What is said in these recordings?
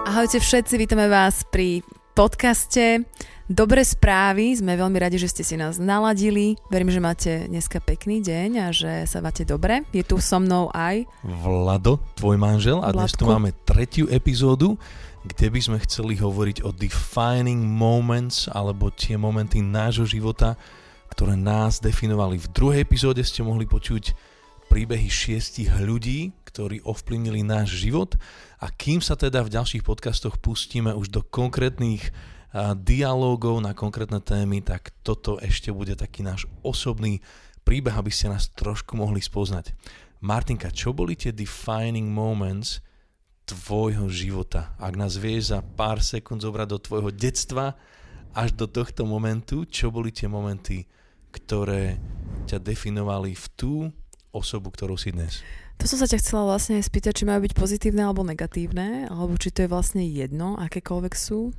Ahojte všetci, vítame vás pri podcaste Dobré správy. Sme veľmi radi, že ste si nás naladili. Verím, že máte dneska pekný deň a že sa máte dobre. Je tu so mnou aj Vlado, tvoj manžel, a dnes tu máme 3. epizódu, kde by sme chceli hovoriť o defining moments, alebo tie momenty nášho života, ktoré nás definovali. V 2. epizóde ste mohli počuť príbehy 6 ľudí, ktorí ovplyvnili náš život, a kým sa teda v ďalších podcastoch pustíme už do konkrétnych dialógov na konkrétne témy, tak toto ešte bude taký náš osobný príbeh, aby ste nás trošku mohli spoznať. Martinka, čo boli tie defining moments tvojho života? Ak nás vieš za pár sekúnd zobrať do tvojho detstva až do tohto momentu, čo boli tie momenty, ktoré ťa definovali v tú osobu, ktorou si dnes? To som sa ťa chcela vlastne spýtať, či majú byť pozitívne alebo negatívne, alebo či to je vlastne jedno, akékoľvek sú.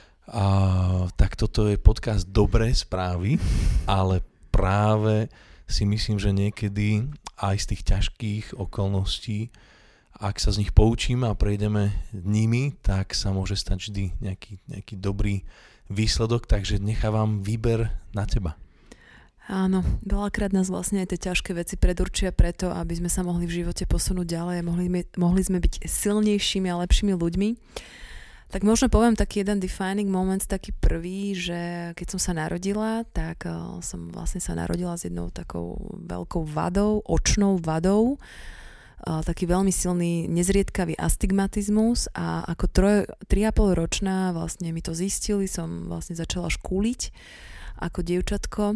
Tak toto je podcast Dobré správy, ale práve si myslím, že niekedy aj z tých ťažkých okolností, ak sa z nich poučíme a prejdeme nimi, tak sa môže stať vždy nejaký dobrý výsledok, takže nechávam výber na teba. Áno, veľakrát nás vlastne aj tie ťažké veci predurčia preto, aby sme sa mohli v živote posunúť ďalej a mohli sme byť silnejšími a lepšími ľuďmi. Tak možno poviem taký jeden defining moment, taký prvý, že keď som sa narodila, tak som vlastne sa narodila s jednou takou veľkou vadou, očnou vadou, taký veľmi silný nezriedkavý astigmatizmus, a ako 3,5 ročná vlastne mi to zistili, som vlastne začala škúliť ako dievčatko.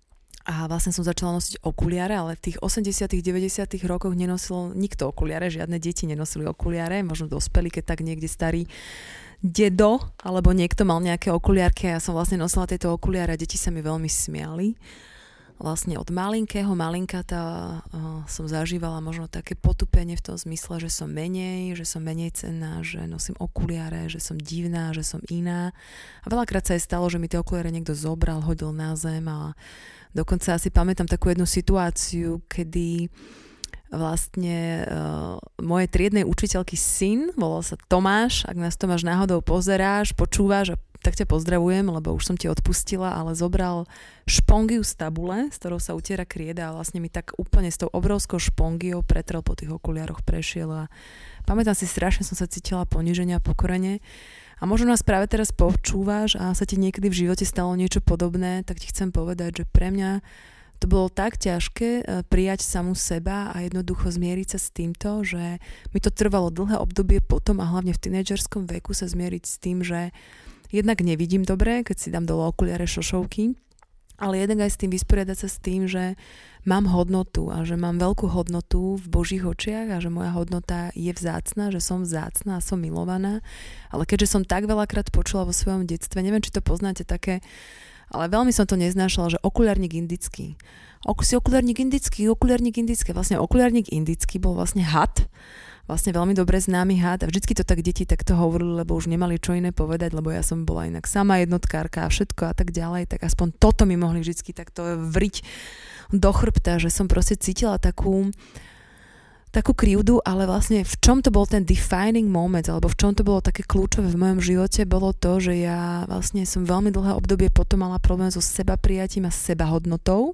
A vlastne som začala nosiť okuliare, ale v tých 80 90 rokoch nenosil nikto okuliare, žiadne deti nenosili okuliare, možno dospeli, keď tak niekde starý dedo alebo niekto mal nejaké okuliarky, a ja som vlastne nosila tieto okuliare a deti sa mi veľmi smiali. Vlastne od malinkata som zažívala možno také potupenie v tom zmysle, že som menej cenná, že nosím okuliare, že som divná, že som iná. A veľakrát sa aj stalo, že mi tie okuliare niekto zobral, hodil na zem, a dokonca si pamätám takú jednu situáciu, kedy vlastne mojej triednej učiteľky syn, volal sa Tomáš, ak nás Tomáš náhodou pozeráš, počúvaš, tak ťa pozdravujem, lebo už som ti odpustila, ale zobral špongiu z tabule, s ktorou sa utiera krieda, a vlastne mi tak úplne s tou obrovskou špongiou pretrel po tých okuliároch, prešiel, a pamätám si, strašne som sa cítila poniženie a pokorene. A možno nás práve teraz počúvaš a sa ti niekedy v živote stalo niečo podobné, tak ti chcem povedať, že pre mňa to bolo tak ťažké prijať samu seba a jednoducho zmieriť sa s týmto, že mi to trvalo dlhé obdobie potom, a hlavne v tínedžerskom veku, sa zmieriť s tým, že jednak nevidím dobre, keď si dám dole okuliare šošovky, ale jednak aj s tým vysporiadať sa s tým, že mám hodnotu a že mám veľkú hodnotu v Božích očiach a že moja hodnota je vzácna, že som vzácna a som milovaná. Ale keďže som tak veľakrát počula vo svojom detstve, neviem, či to poznáte také, ale veľmi som to neznášala, že okuliarník indický. Okuliarník indický. Vlastne okuliarník indický bol vlastne had, vlastne veľmi dobre známy had, a vždycky to tak deti takto hovorili, lebo už nemali čo iné povedať, lebo ja som bola inak sama jednotkárka a všetko a tak ďalej, tak aspoň toto mi mohli vždycky takto vriť do chrbta, že som proste cítila takú krivdu, ale vlastne v čom to bol ten defining moment, alebo v čom to bolo také kľúčové v mojom živote, bolo to, že ja vlastne som veľmi dlhé obdobie potom mala problém so sebaprijatím a sebahodnotou.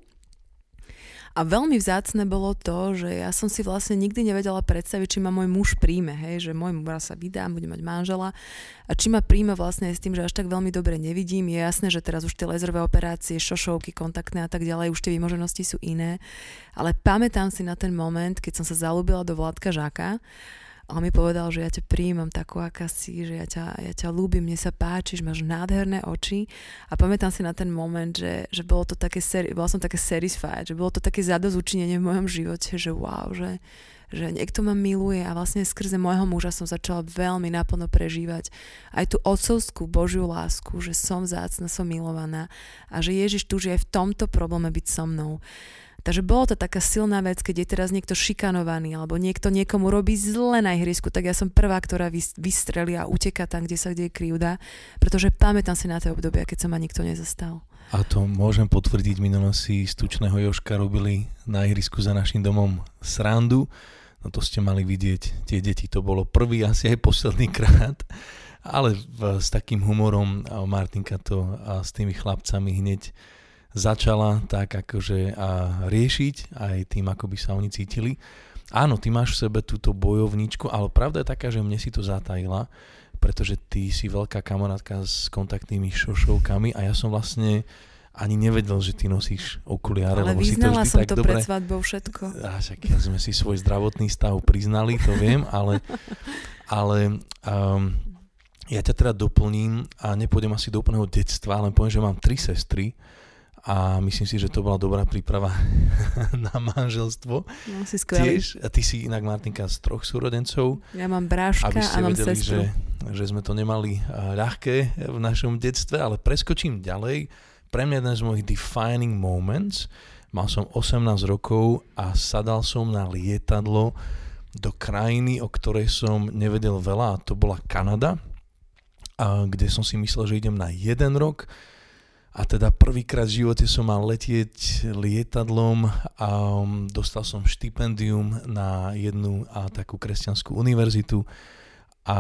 A veľmi vzácne bolo to, že ja som si vlastne nikdy nevedela predstaviť, či ma môj muž príjme, že môj muž sa vydám, bude mať manžela, a či ma príjme vlastne s tým, že až tak veľmi dobre nevidím. Je jasné, že teraz už tie laserové operácie, šošovky, kontaktné a tak ďalej, už tie výmoženosti sú iné, ale pamätám si na ten moment, keď som sa zaľúbila do Vládka Žáka, a on mi povedal, že ja ťa prijímam takú, aká si, že ja ťa ľúbim, mne sa páčiš, máš nádherné oči. A pamätám si na ten moment, že bola som také satisfied, že bolo to také zadosťučinenie v mojom živote, že wow, že niekto ma miluje, a vlastne skrze môjho muža som začala veľmi naplno prežívať aj tú otcovskú Božiu lásku, že som vzácna, som milovaná a že Ježiš túži aj v tomto probléme byť so mnou. Takže bolo to taká silná vec, keď je teraz niekto šikanovaný alebo niekto niekomu robí zle na ihrisku, tak ja som prvá, ktorá vystrelí a uteká tam, kde sa deje krivda, pretože pamätám si na tie obdobia, keď sa ma nikto nezastal. A to môžem potvrdiť, minulo si z tučného Jožka robili na ihrisku za našim domom srandu, no to ste mali vidieť, tie deti, to bolo prvý, asi aj posledný krát. Ale s takým humorom Martinka to s tými chlapcami hneď začala tak akože riešiť aj tým, ako by sa oni cítili. Áno, ty máš v sebe túto bojovníčku, ale pravda je taká, že mne si to zatajila, pretože ty si veľká kamarátka s kontaktnými šošovkami a ja som vlastne ani nevedel, že ty nosíš okuliare. Ale vyznala som to pred svadbou všetko. Však ja sme si svoj zdravotný stav priznali, to viem, ale ja ťa teda doplním a nepôjdem asi do úplného detstva, ale poviem, že mám 3 sestry a myslím si, že to bola dobrá príprava na manželstvo. No, si skvelý. Tiež, a ty si inak, Martinka, z 3 súrodencov. Ja mám bráška a mám vedeli, sestru. že sme to nemali ľahké v našom detstve, ale preskočím ďalej. Pre mňa jeden z mojich defining moments, mal som 18 rokov a sadal som na lietadlo do krajiny, o ktorej som nevedel veľa, a to bola Kanada, kde som si myslel, že idem na 1 rok a teda prvýkrát v živote som mal letieť lietadlom a dostal som štipendium na jednu takú kresťanskú univerzitu a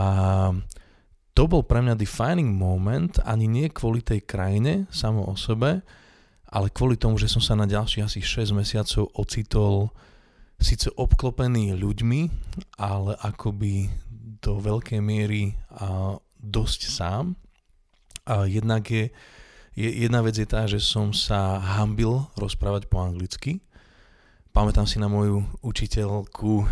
to bol pre mňa defining moment, ani nie kvôli tej krajine samo o sebe, ale kvôli tomu, že som sa na ďalších asi 6 mesiacov ocitol síce obklopený ľuďmi, ale akoby do veľkej miery dosť sám. A jedna vec je tá, že som sa hanbil rozprávať po anglicky. Pamätám si na moju učiteľku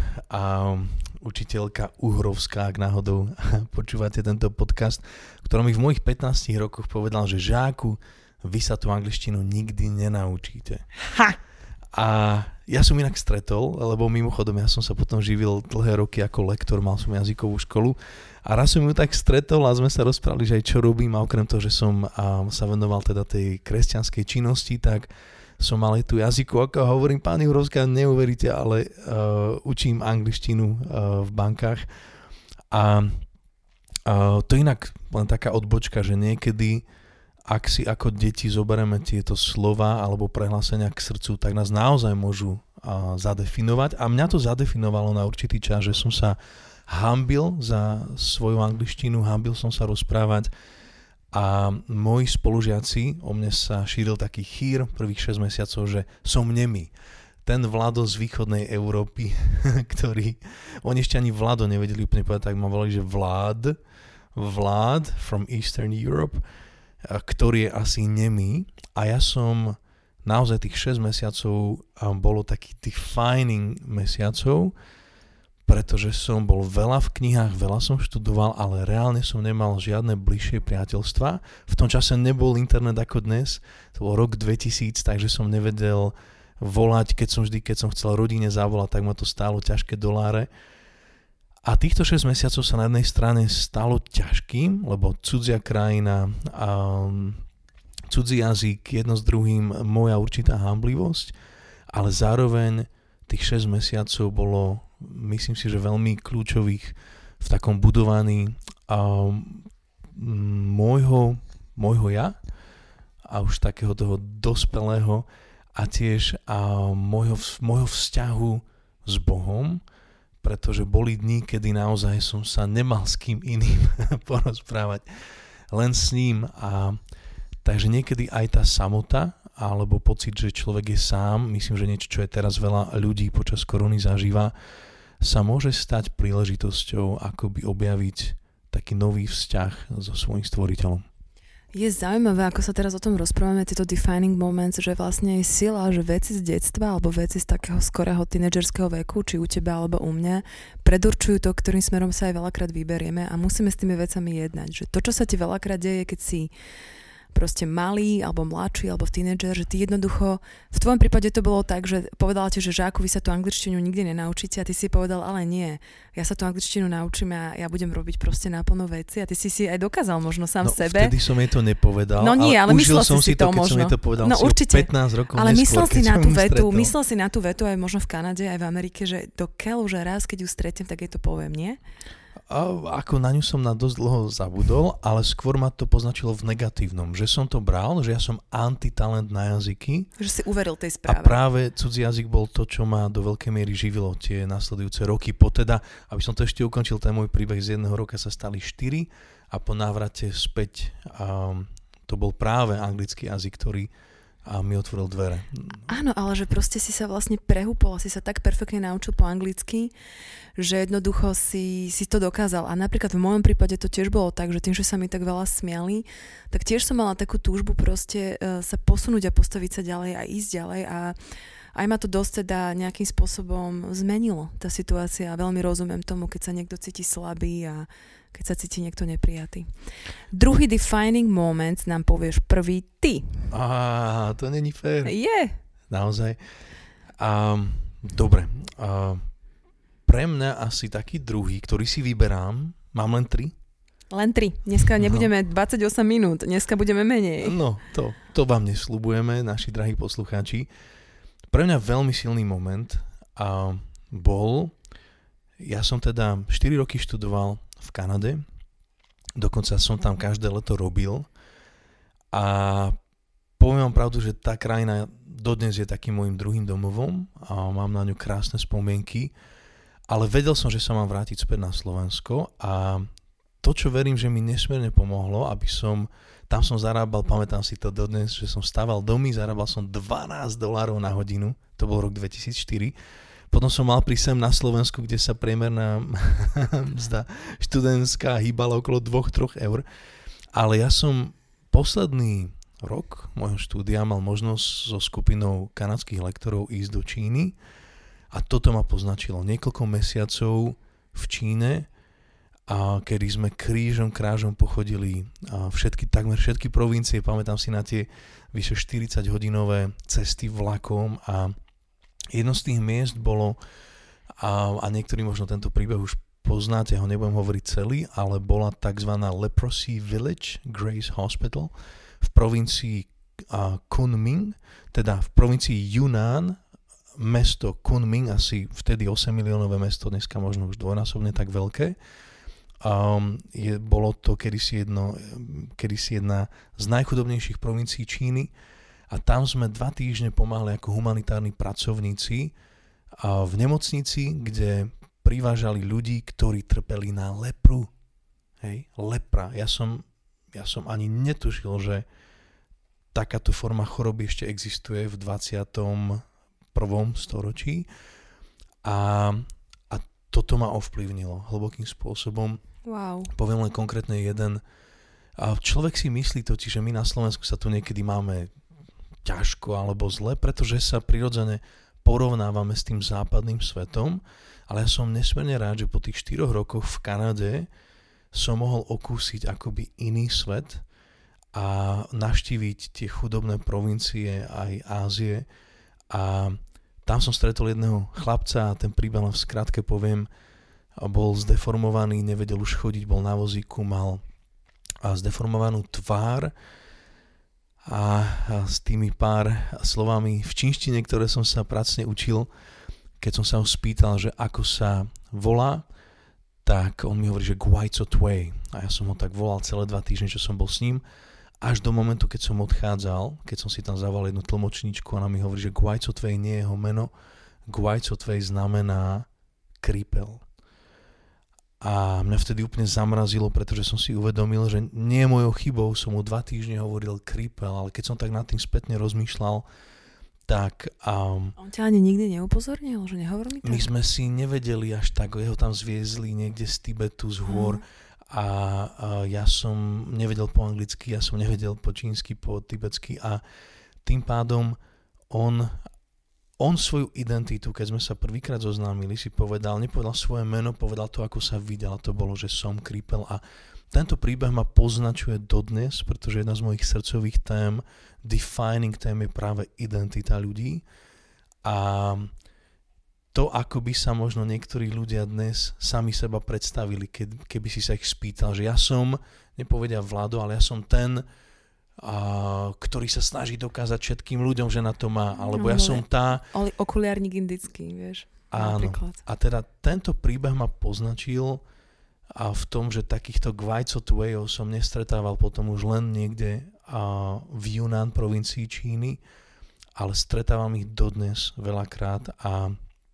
učiteľka Uhrovská, ak náhodou počúvate tento podcast, ktorá mi v mojich 15 rokoch povedal, že Žáku, vy sa tú angličtinu nikdy nenaučíte. Ha! A ja som inak stretol, lebo mimochodom ja som sa potom živil dlhé roky ako lektor, mal som jazykovú školu a raz som ju tak stretol a sme sa rozprávali, že aj čo robím a okrem toho, že som sa venoval teda tej kresťanskej činnosti, tak som mal aj tú jazyku, ako hovorím, pani Uhrovská, neuveríte, ale učím angličtinu v bankách a to inak len taká odbočka, že niekedy ak si ako deti zoberieme tieto slova alebo prehlásenia k srdcu, tak nás naozaj môžu zadefinovať. A mňa to zadefinovalo na určitý čas, že som sa hanbil za svoju angličtinu, hanbil som sa rozprávať a moji spolužiaci, o mne sa šíril taký chýr prvých 6 mesiacov, že som nemý. Ten Vlado z východnej Európy, ktorý, oni ešte ani Vlado nevedeli úplne povedať, tak ma volali, že Vlad from Eastern Europe, ktorý je asi nemý a ja som naozaj tých 6 mesiacov bolo taký defining mesiacov, pretože som bol veľa v knihách, veľa som študoval, ale reálne som nemal žiadne bližšie priateľstva. V tom čase nebol internet ako dnes, to bol rok 2000, takže som nevedel volať, keď som chcel rodine zavolať, tak ma to stálo ťažké doláre. A týchto 6 mesiacov sa na jednej strane stalo ťažkým, lebo cudzia krajina, cudzí jazyk, jedno s druhým, moja určitá hanblivosť, ale zároveň tých 6 mesiacov bolo, myslím si, že veľmi kľúčových v takom budovaní môjho ja a už takého toho dospelého a tiež môjho vzťahu s Bohom, pretože boli dni, kedy naozaj som sa nemal s kým iným porozprávať, len s ním. A takže niekedy aj tá samota, alebo pocit, že človek je sám, myslím, že niečo, čo je teraz veľa ľudí počas korony zažíva, sa môže stať príležitosťou akoby objaviť taký nový vzťah so svojím stvoriteľom. Je zaujímavé, ako sa teraz o tom rozprávame, tieto defining moments, že vlastne je sila, že veci z detstva alebo veci z takého skorého tínedžerského veku, či u teba alebo u mňa, predurčujú to, ktorým smerom sa aj veľakrát vyberieme a musíme s tými vecami jednať. Že to, čo sa ti veľakrát deje, keď si proste malý, alebo mladší, alebo tínedžer, že ty jednoducho, v tvojom prípade to bolo tak, že povedala ti, že Žáku, vy sa tú angličtinu nikdy nenaučíte a ty si povedal, ale nie, ja sa tú angličtinu naučím a ja budem robiť proste naplno veci a ty si aj dokázal možno sám sebe. Vtedy som jej to nepovedal, no nie, ale užil myslel som si to, keď možno. som jej to povedal, no, určite. 15 rokov ale neskôr, myslel si na tú vetu aj možno v Kanade, aj v Amerike, že do keľu, že raz, keď ju stretnem, tak jej to poviem, nie? Ako na ňu som na dosť dlho zabudol, ale skôr ma to poznačilo v negatívnom, že som to bral, že ja som antitalent na jazyky. Že si uveril tej správe. A práve cudzí jazyk bol to, čo ma do veľkej miery živilo tie nasledujúce roky. Teda, aby som to ešte ukončil, ten môj príbeh z 1 roka sa stali 4 a po návrate späť to bol práve anglický jazyk, ktorý mi otvoril dvere. Áno, ale že proste si sa vlastne prehúpol, si sa tak perfektne naučil po anglicky, že jednoducho si to dokázal. A napríklad v mojom prípade to tiež bolo tak, že tým, že sa mi tak veľa smiali, tak tiež som mala takú túžbu proste sa posunúť a postaviť sa ďalej a ísť ďalej a aj ma to dosť teda nejakým spôsobom zmenilo, tá situácia. Veľmi rozumiem tomu, keď sa niekto cíti slabý a keď sa cíti niekto neprijatý. Druhý defining moment nám povieš prvý ty. To není fér. Je. Naozaj. Dobre. Pre mňa asi taký druhý, ktorý si vyberám, mám len 3. Len 3. Dneska nebudeme 28 minút, dneska budeme menej. No, to vám nesľubujeme, naši drahí poslucháči. Pre mňa veľmi silný moment bol, ja som teda 4 roky študoval v Kanade, dokonca som tam každé leto robil a poviem vám pravdu, že tá krajina dodnes je takým môjim druhým domovom a mám na ňu krásne spomienky, ale vedel som, že sa mám vrátiť späť na Slovensko a to, čo verím, že mi nesmierne pomohlo, tam som zarábal, pamätám si to dodnes, že som stával domy, zarábal som $12 na hodinu, to bol rok 2004. Potom som mal prísť sem na Slovensku, kde sa priemerná mzda študentská hýbala okolo 2-3 eur. Ale ja som posledný rok môjho štúdia mal možnosť so skupinou kanadských lektorov ísť do Číny a toto ma poznačilo. Niekoľko mesiacov v Číne, kedy sme krížom krážom pochodili takmer všetky provincie. Pamätám si na tie vyše 40-hodinové cesty vlakom a jedno z tých miest bolo, a niektorí možno tento príbeh už poznáte, ho nebudem hovoriť celý, ale bola tzv. Leprosy Village, Grace Hospital v provincii Kunming, teda v provincii Yunnan, mesto Kunming, asi vtedy 8 miliónové mesto, dneska možno už dvojnásobne tak veľké. Bolo to kedysi jedna z najchudobnejších provincií Číny. A tam sme 2 týždne pomáhali ako humanitárni pracovníci v nemocnici, kde privážali ľudí, ktorí trpeli na lepru. Hej, lepra. Ja som ani netušil, že takáto forma choroby ešte existuje v 21. storočí. A toto ma ovplyvnilo hlbokým spôsobom. Wow. Poviem len konkrétne jeden. Človek si myslí totiž, že my na Slovensku sa tu niekedy máme ťažko alebo zle, pretože sa prirodzene porovnávame s tým západným svetom, ale ja som nesmierne rád, že po tých 4 rokoch v Kanade som mohol okúsiť akoby iný svet a navštíviť tie chudobné provincie aj Ázie a tam som stretol jedného chlapca a ten príbeh v skratke poviem, bol zdeformovaný, nevedel už chodiť, bol na vozíku, mal zdeformovanú tvár a s tými pár slovami v čínštine, ktoré som sa pracne učil, keď som sa ho spýtal, že ako sa volá, tak on mi hovorí, že Guaico Tway. A ja som ho tak volal celé 2 týždne, čo som bol s ním, až do momentu, keď som odchádzal, keď som si tam zavolal jednu tlmočničku, ona mi hovorí, že Guaico Tway nie je jeho meno, Guaico Tway znamená krípel. A mňa vtedy úplne zamrazilo, pretože som si uvedomil, že nie je mojou chybou, som mu 2 týždne hovoril krípel, ale keď som tak nad tým spätne rozmýšľal, tak... On ťa ani nikdy neupozornil, že nehovor mi to? My sme si nevedeli až tak, jeho tam zviezli niekde z Tibetu, z hôr a ja som nevedel po anglicky, ja som nevedel po čínsky, po tibetsky a tým pádom on svoju identitu, keď sme sa prvýkrát zoznámili, si nepovedal svoje meno, povedal to, ako sa videl, a to bolo, že som krípel a tento príbeh ma poznačuje dodnes, pretože jedna z mojich srdcových tém, defining tém je práve identita ľudí a to, ako by sa možno niektorí ľudia dnes sami seba predstavili, keby si sa ich spýtal, že ja som, nepovedia Vlado, ale ja som ten, ktorý sa snaží dokázať všetkým ľuďom, že na to má, alebo ja som tá... Okuliarník indický, vieš. Áno. Napríklad. A teda tento príbeh ma poznačil a v tom, že takýchto Gwaizotuejov som nestretával potom už len niekde v Yunnan provincii Číny, ale stretávam ich dodnes veľakrát a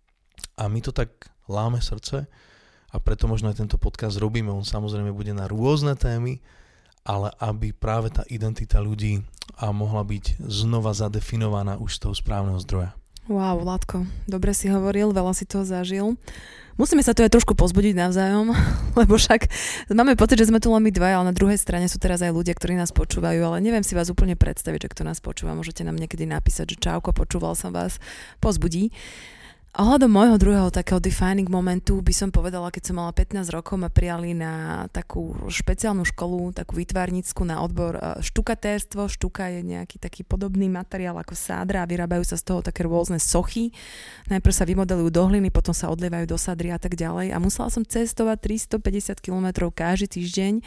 mi to tak láme srdce a preto možno aj tento podcast robíme. On samozrejme bude na rôzne témy, ale aby práve tá identita ľudí mohla byť znova zadefinovaná už z toho správneho zdroja. Wow, Vládko, dobre si hovoril, veľa si toho zažil. Musíme sa tu aj trošku pozbudiť navzájom, lebo však máme pocit, že sme tu len my dvaja, ale na druhej strane sú teraz aj ľudia, ktorí nás počúvajú, ale neviem si vás úplne predstaviť, že kto nás počúva. Môžete nám niekedy napísať, že čauko, počúval som vás, pozbudí. Ohľadom môjho druhého takého defining momentu by som povedala, keď som mala 15 rokov, ma prijali na takú špeciálnu školu, takú výtvarnícku na odbor štukatérstvo. Štuka je nejaký taký podobný materiál ako sádra a vyrábajú sa z toho také rôzne sochy. Najprv sa vymodelujú do hliny, potom sa odlievajú do sádry a tak ďalej. A musela som cestovať 350 km každý týždeň.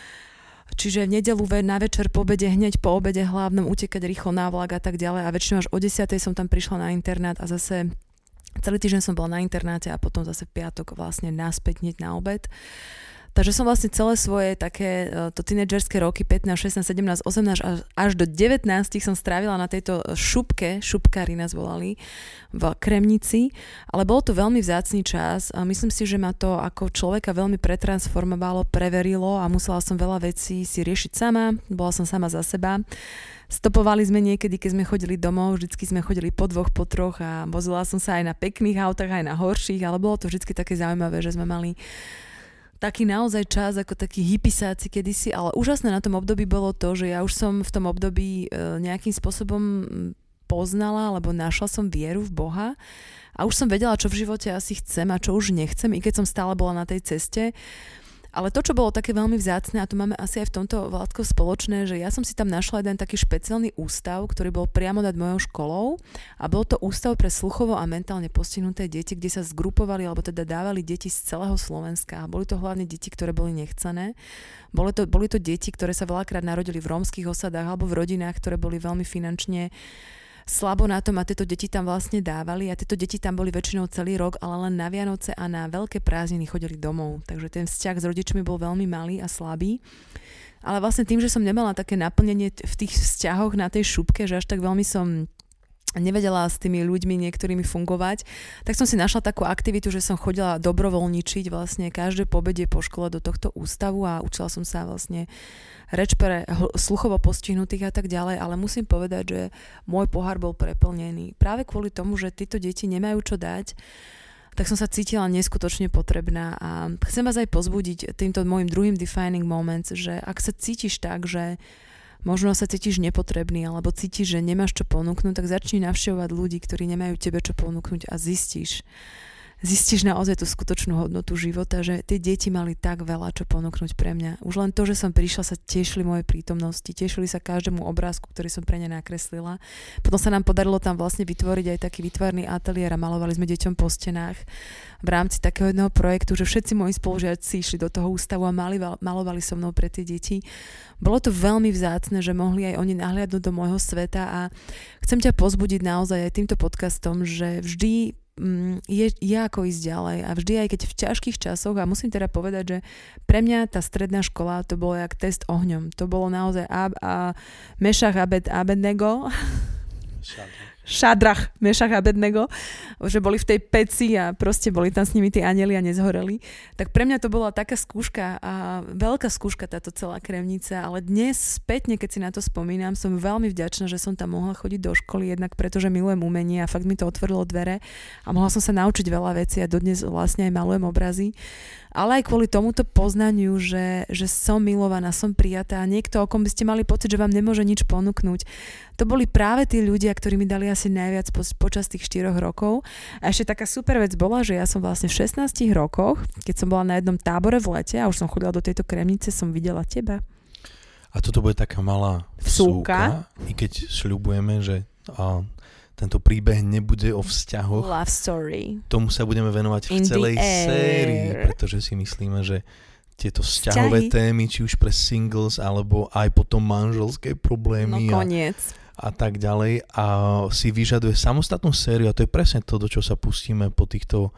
Čiže v nedeľu na večer po obede, hneď po obede hlavnom utekať rýchlo na vlak a tak ďalej. A väčšinou až o 10:00 som tam prišla na internát a zase celý týždeň som bola na internáte a potom zase v piatok vlastne naspäť hneď na obed. Takže som vlastne celé svoje také to tínedžerské roky, 15, 16, 17, 18 až do 19 som strávila na tejto šupke, šupkári nás volali, v Kremnici, ale bol to veľmi vzácny čas a myslím si, že ma to ako človeka veľmi pretransformovalo, preverilo a musela som veľa vecí si riešiť sama, bola som sama za seba. Stopovali sme niekedy, keď sme chodili domov, vždycky sme chodili po 2, po 3 a vozila som sa aj na pekných autách, aj na horších, ale bolo to vždycky také zaujímavé, že sme mali taký naozaj čas ako takí hippisáci kedysi, ale úžasné na tom období bolo to, že ja už som v tom období nejakým spôsobom poznala, alebo našla som vieru v Boha a už som vedela, čo v živote asi chcem a čo už nechcem, i keď som stále bola na tej ceste. Ale to, čo bolo také veľmi vzácne, a to máme asi aj v tomto, Vládko, spoločné, že ja som si tam našla jeden taký špeciálny ústav, ktorý bol priamo nad mojou školou a bol to ústav pre sluchovo a mentálne postihnuté deti, kde sa zgrupovali, alebo teda dávali deti z celého Slovenska. A boli to hlavne deti, ktoré boli nechcené. Boli to deti, ktoré sa veľakrát narodili v rómskych osadách alebo v rodinách, ktoré boli veľmi finančne slabo na tom a tieto deti tam vlastne dávali a tieto deti tam boli väčšinou celý rok, ale len na Vianoce a na veľké prázdniny chodili domov. Takže ten vzťah s rodičmi bol veľmi malý a slabý. Ale vlastne tým, že som nemala také naplnenie v tých vzťahoch na tej šupke, že až tak veľmi som nevedela s tými ľuďmi niektorými fungovať, tak som si našla takú aktivitu, že som chodila dobrovoľničiť vlastne každé pobedie po škole do tohto ústavu a učila som sa vlastne reč pre sluchovo postihnutých a tak ďalej, ale musím povedať, že môj pohár bol preplnený. Práve kvôli tomu, že títo deti nemajú čo dať, tak som sa cítila neskutočne potrebná a chcem vás aj pozbudiť týmto môjim druhým defining moments, že ak sa cítiš tak, že možno sa cítiš nepotrebný alebo cítiš, že nemáš čo ponúknuť, tak začni navštevovať ľudí, ktorí nemajú tebe čo ponúknuť a zistíš naozaj tú skutočnú hodnotu života, že tie deti mali tak veľa čo ponúknuť pre mňa. Už len to, že som prišla, sa tešili mojej prítomnosti, tešili sa každému obrázku, ktorý som pre ne nakreslila. Potom sa nám podarilo tam vlastne vytvoriť aj taký výtvarný ateliér a malovali sme deťom po stenách v rámci takého jedného projektu, že všetci moji spolužiaci išli do toho ústavu a malovali so mnou pre tie deti. Bolo to veľmi vzácne, že mohli aj oni nahliadnúť do môjho sveta a chcem ťa pozbudiť naozaj aj týmto podcastom, že vždy je ako ísť ďalej a vždy aj keď v ťažkých časoch a musím teda povedať, že pre mňa tá stredná škola to bolo jak test ohňom. To bolo naozaj Mešach Abednego. Šadrach, Mešach a Abednego, že boli v tej peci a proste boli tam s nimi tí anjeli a nezhoreli. Tak pre mňa to bola taká skúška a veľká skúška táto celá Kremnica, ale dnes spätne, keď si na to spomínam, som veľmi vďačná, že som tam mohla chodiť do školy, jednak pretože milujem umenie a fakt mi to otvorilo dvere a mohla som sa naučiť veľa vecí a dodnes vlastne aj malujem obrazy. Ale aj kvôli tomuto poznaniu, že som milovaná, som prijatá a niekto, o kom by ste mali pocit, že vám nemôže nič ponúknuť. To boli práve tí ľudia, ktorí mi dali asi najviac počas tých 4 rokov. A ešte taká super vec bola, že ja som vlastne v 16 rokoch, keď som bola na jednom tábore v lete a už som chodila do tejto Kremnice, som videla teba. A toto bude taká malá vsúka, i keď sľubujeme, že tento príbeh nebude o vzťahoch. Love story. Tomu sa budeme venovať v celej sérii, pretože si myslíme, že tieto vzťahové témy, či už pre singles, alebo aj potom manželské problémy a tak ďalej, a si vyžaduje samostatnú sériu a to je presne to, do čo sa pustíme po týchto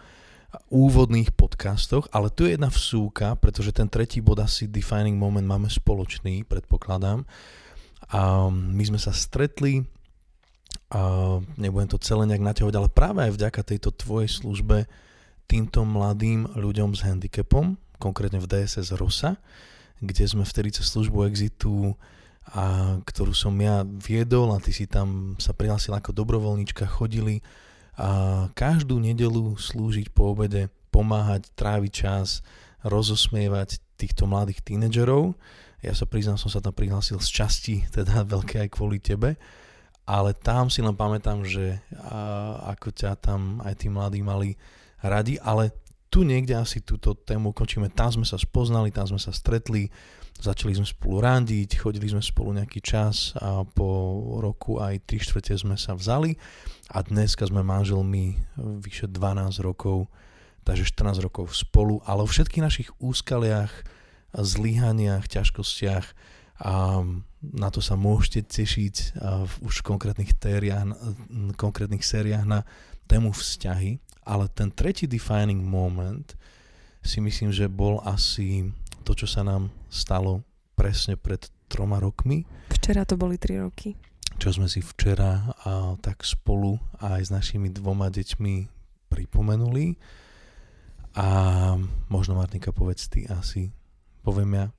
úvodných podcastoch, ale tu je jedna vsúka, pretože ten tretí bod asi defining moment máme spoločný, predpokladám. A my sme sa stretli, nebudem to celé nejak naťahovať, ale práve aj vďaka tejto tvojej službe týmto mladým ľuďom s handicapom, konkrétne v DSS Rosa, kde sme vtedy cez službu Exitu, ktorú som ja viedol a ty si tam sa prihlásil ako dobrovoľníčka, chodili a každú nedeľu slúžiť po obede, pomáhať, tráviť čas, rozosmievať týchto mladých tínedžerov. Ja sa priznám, som sa tam prihlásil z časti, teda veľké aj kvôli tebe, ale tam si len pamätám, že ako ťa tam aj tí mladí mali radi, ale tu niekde asi túto tému končíme. Tam sme sa spoznali, tam sme sa stretli, začali sme spolu randiť, chodili sme spolu nejaký čas a po roku aj 3/4 sme sa vzali a dneska sme manželmi vyše 12 rokov, takže 14 rokov spolu, ale vo všetkých našich úskaliach, zlyhaniach, ťažkostiach a na to sa môžete tešiť už v konkrétnych sériách na tému vzťahy, ale ten tretí defining moment si myslím, že bol asi to, čo sa nám stalo presne pred 3 rokmi. Včera to boli 3 roky. Čo sme si včera tak spolu aj s našimi 2 deťmi pripomenuli. A možno, Martinka, povedz ty, asi poviem ja.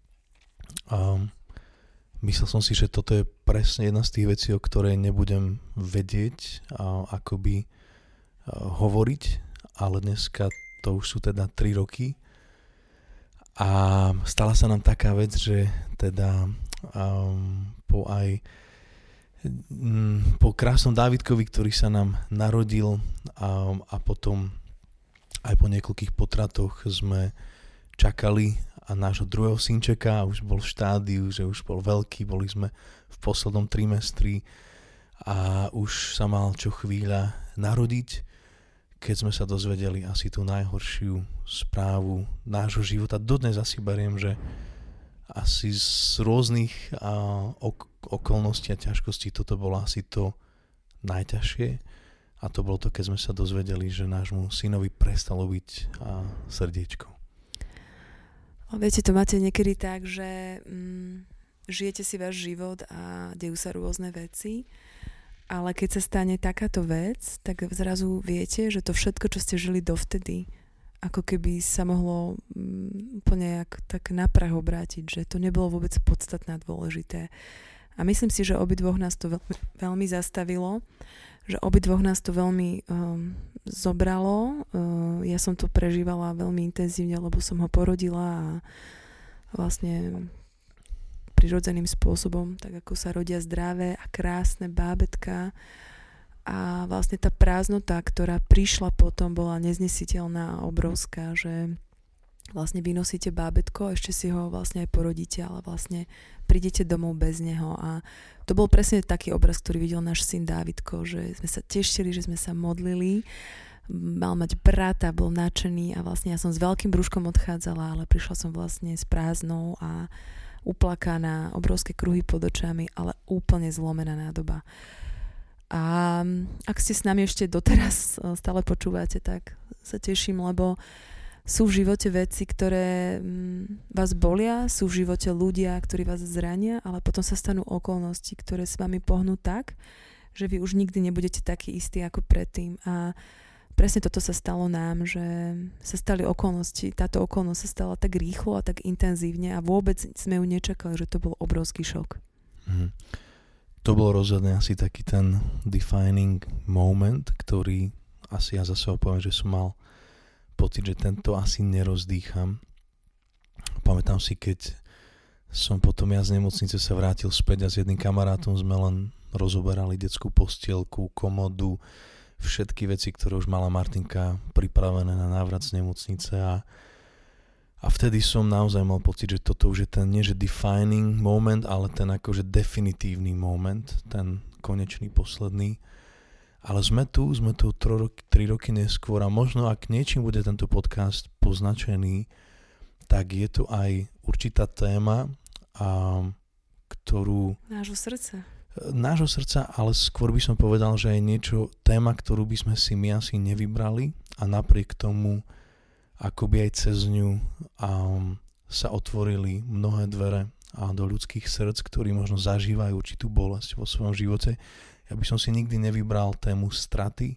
Myslel som si, že toto je presne jedna z tých vecí, o ktorej nebudem vedieť akoby hovoriť, ale dneska to už sú teda 3 roky. A stala sa nám taká vec, že teda po krásnom Dávidkovi, ktorý sa nám narodil a potom aj po niekoľkých potratoch sme čakali a nášho druhého synčeka už bol v štádiu, že už bol veľký, boli sme v poslednom trimestri a už sa mal čo chvíľa narodiť, keď sme sa dozvedeli asi tú najhoršiu správu nášho života. Dodnes asi beriem, že asi z rôznych okolností a ťažkostí toto bolo asi to najťažšie. A to bolo to, keď sme sa dozvedeli, že nášmu synovi prestalo byť srdiečko. Viete, to máte niekedy tak, že žijete si váš život a dejú sa rôzne veci, ale keď sa stane takáto vec, tak zrazu viete, že to všetko, čo ste žili dovtedy, ako keby sa mohlo úplne tak na prah obrátiť, že to nebolo vôbec podstatné a dôležité. A myslím si, že obidvoch nás to veľmi zastavilo, že obidvoch nás to veľmi zobralo. Ja som to prežívala veľmi intenzívne, lebo som ho porodila a vlastne prirodzeným spôsobom, tak ako sa rodia zdravé a krásne bábätká. A vlastne tá prázdnota, ktorá prišla potom, bola neznesiteľná a obrovská, že vlastne vynosíte bábätko, ešte si ho vlastne aj porodíte, ale vlastne prídete domov bez neho. A to bol presne taký obraz, ktorý videl náš syn Dávidko, že sme sa tešili, že sme sa modlili, mal mať brata, bol nadšený a vlastne ja som s veľkým brúškom odchádzala, ale prišla som vlastne s prázdnou a uplakaná, obrovské kruhy pod očami, ale úplne zlomená nádoba. A ak ste s nami ešte doteraz stále počúvate, tak sa teším, lebo sú v živote veci, ktoré vás bolia, sú v živote ľudia, ktorí vás zrania, ale potom sa stanú okolnosti, ktoré s vami pohnú tak, že vy už nikdy nebudete taký istý ako predtým. A presne toto sa stalo nám, že sa stali okolnosti, táto okolnosť sa stala tak rýchlo a tak intenzívne a vôbec sme ju nečakali, že to bol obrovský šok. To bol rozhodne asi taký ten defining moment, ktorý asi ja za sebou poviem, že som mal pocit, že tento asi nerozdýcham. Pamätám si, keď som potom ja z nemocnice sa vrátil späť a s jedným kamarátom sme len rozoberali detskú postielku, komodu, všetky veci, ktoré už mala Martinka pripravené na návrat z nemocnice a vtedy som naozaj mal pocit, že toto už je ten nie že defining moment, ale ten akože definitívny moment, ten konečný, posledný. Ale sme tu 3 roky neskôr a možno ak niečím bude tento podcast poznačený, tak je tu aj určitá téma, ktorú... Nášho srdca, ale skôr by som povedal, že je téma, ktorú by sme si my asi nevybrali, a napriek tomu akoby aj cez ňu sa otvorili mnohé dvere do ľudských srdc, ktorí možno zažívajú určitú bolesť vo svojom živote. Ja by som si nikdy nevybral tému straty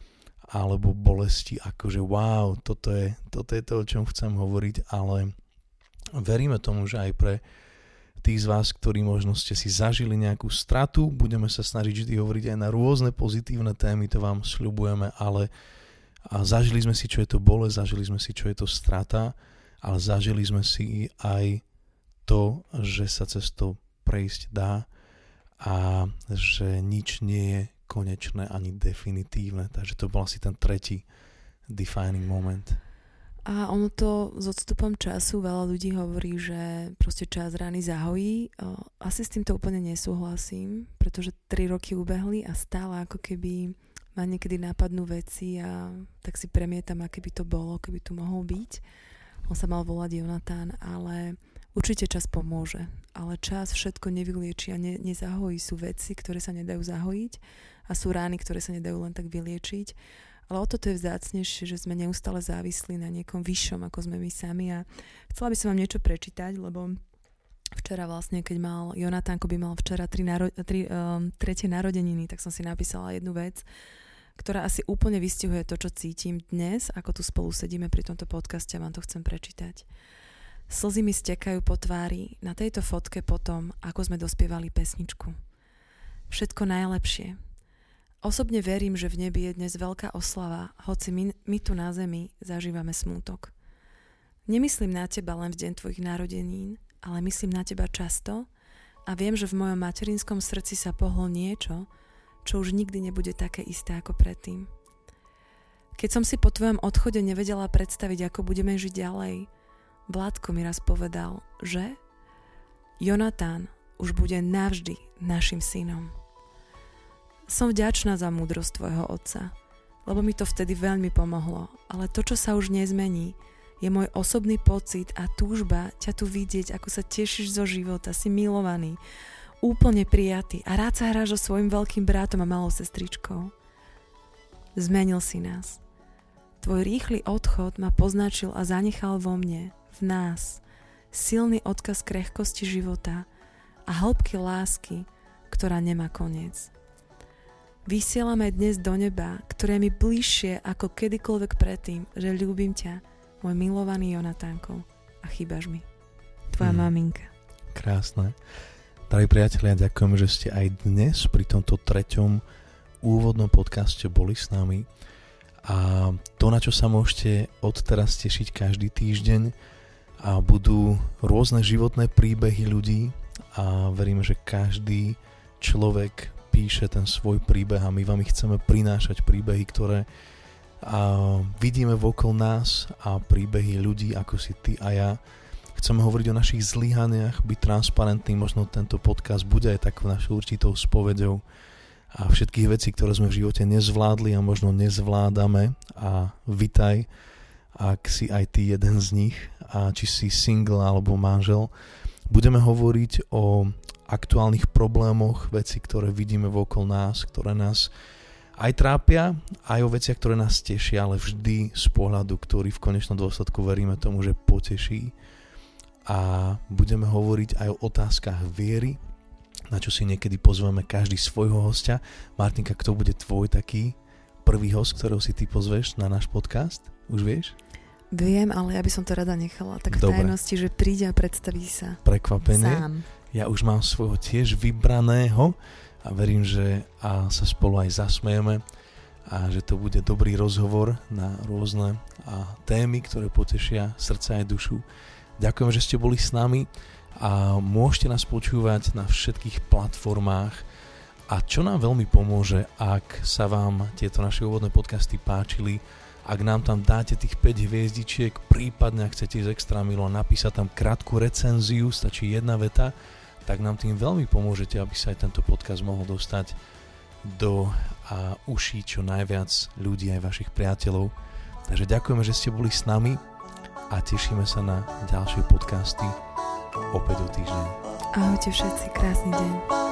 alebo bolesti, akože wow, toto je to, o čom chcem hovoriť, ale veríme tomu, že aj pre tých z vás, ktorí možno ste si zažili nejakú stratu, budeme sa snažiť vždy hovoriť aj na rôzne pozitívne témy, to vám sľubujeme, ale zažili sme si, čo je to bolesť, zažili sme si, čo je to strata, ale zažili sme si aj to, že sa cez to prejsť dá a že nič nie je konečné ani definitívne. Takže to bol asi ten tretí defining moment. A ono to s odstupom času veľa ľudí hovorí, že proste čas rány zahojí. Asi s týmto úplne nesúhlasím, pretože 3 roky ubehli a stále ako keby ma niekedy napadnú veci a tak si premietam, aké by to bolo, keby tu mohol byť. On sa mal volať Jonatán, ale určite čas pomôže. Ale čas všetko nevylieči a nezahojí. Sú veci, ktoré sa nedajú zahojiť a sú rány, ktoré sa nedajú len tak vyliečiť. Ale o toto je vzácnejšie, že sme neustále závislí na niekom vyššom, ako sme my sami. A chcela by som vám niečo prečítať, lebo včera vlastne, keď mal Jonatánko by mal včera tretie narodeniny, tak som si napísala jednu vec, ktorá asi úplne vystihuje to, čo cítim dnes, ako tu spolu sedíme pri tomto podcaste a vám to chcem prečítať. Slzy mi stekajú po tvári na tejto fotke potom, ako sme dospievali pesničku. Všetko najlepšie. Osobne verím, že v nebi je dnes veľká oslava, hoci my tu na zemi zažívame smútok. Nemyslím na teba len v deň tvojich narodenín, ale myslím na teba často a viem, že v mojom materinskom srdci sa pohlo niečo, čo už nikdy nebude také isté ako predtým. Keď som si po tvojom odchode nevedela predstaviť, ako budeme žiť ďalej, Vládko mi raz povedal, že Jonatán už bude navždy našim synom. Som vďačná za múdrosť tvojho otca, lebo mi to vtedy veľmi pomohlo, ale to, čo sa už nezmení, je môj osobný pocit a túžba ťa tu vidieť, ako sa tešíš zo života, si milovaný, úplne prijatý a rád sa hráš so svojím veľkým bratom a malou sestričkou. Zmenil si nás. Tvoj rýchly odchod ma poznačil a zanechal vo mne, v nás, silný odkaz krehkosti života a hĺbky lásky, ktorá nemá koniec. Vysielame dnes do neba, ktoré mi bližšie ako kedykoľvek predtým, že ľúbim ťa, môj milovaný Jonatánko, a chýbaš mi. Tvoja maminka. Krásne. Drahí priatelia, ďakujem, že ste aj dnes pri tomto 3. úvodnom podcaste boli s nami. A to, na čo sa môžete odteraz tešiť každý týždeň, a budú rôzne životné príbehy ľudí a veríme, že každý človek píše ten svoj príbeh a my vám ich chceme prinášať príbehy, ktoré vidíme vokol nás a príbehy ľudí ako si ty a ja. Chceme hovoriť o našich zlyhaniach, byť transparentný, možno tento podcast bude aj takou našou určitou spoveďou a všetkých vecí, ktoré sme v živote nezvládli a možno nezvládame. A vitaj, ak si aj ty jeden z nich, a či si single alebo manžel. Budeme hovoriť o aktuálnych problémoch, veci, ktoré vidíme vokol nás, ktoré nás aj trápia, aj o veciach, ktoré nás tešia, ale vždy z pohľadu, ktorý v konečnom dôsledku veríme tomu, že poteší. A budeme hovoriť aj o otázkach viery, na čo si niekedy pozveme každý svojho hostia. Martinka, kto bude tvoj taký prvý host, ktorého si ty pozveš na náš podcast? Už vieš? Viem, ale ja by som to rada nechala tak v tajnosti, že príde a predstaví sa prekvapenie. Sám. Ja už mám svojho tiež vybraného a verím, že sa spolu aj zasmejeme a že to bude dobrý rozhovor na rôzne témy, ktoré potešia srdce aj dušu. Ďakujem, že ste boli s nami a môžete nás počúvať na všetkých platformách. A čo nám veľmi pomôže, ak sa vám tieto naše úvodné podcasty páčili, ak nám tam dáte tých 5 hviezdičiek, prípadne ak chcete ísť extra milo a napísať tam krátku recenziu, stačí jedna veta, tak nám tým veľmi pomôžete, aby sa aj tento podcast mohol dostať do uší čo najviac ľudí, aj vašich priateľov. Takže ďakujeme, že ste boli s nami a tešíme sa na ďalšie podcasty opäť o týždeň. Ahojte všetci, krásny deň.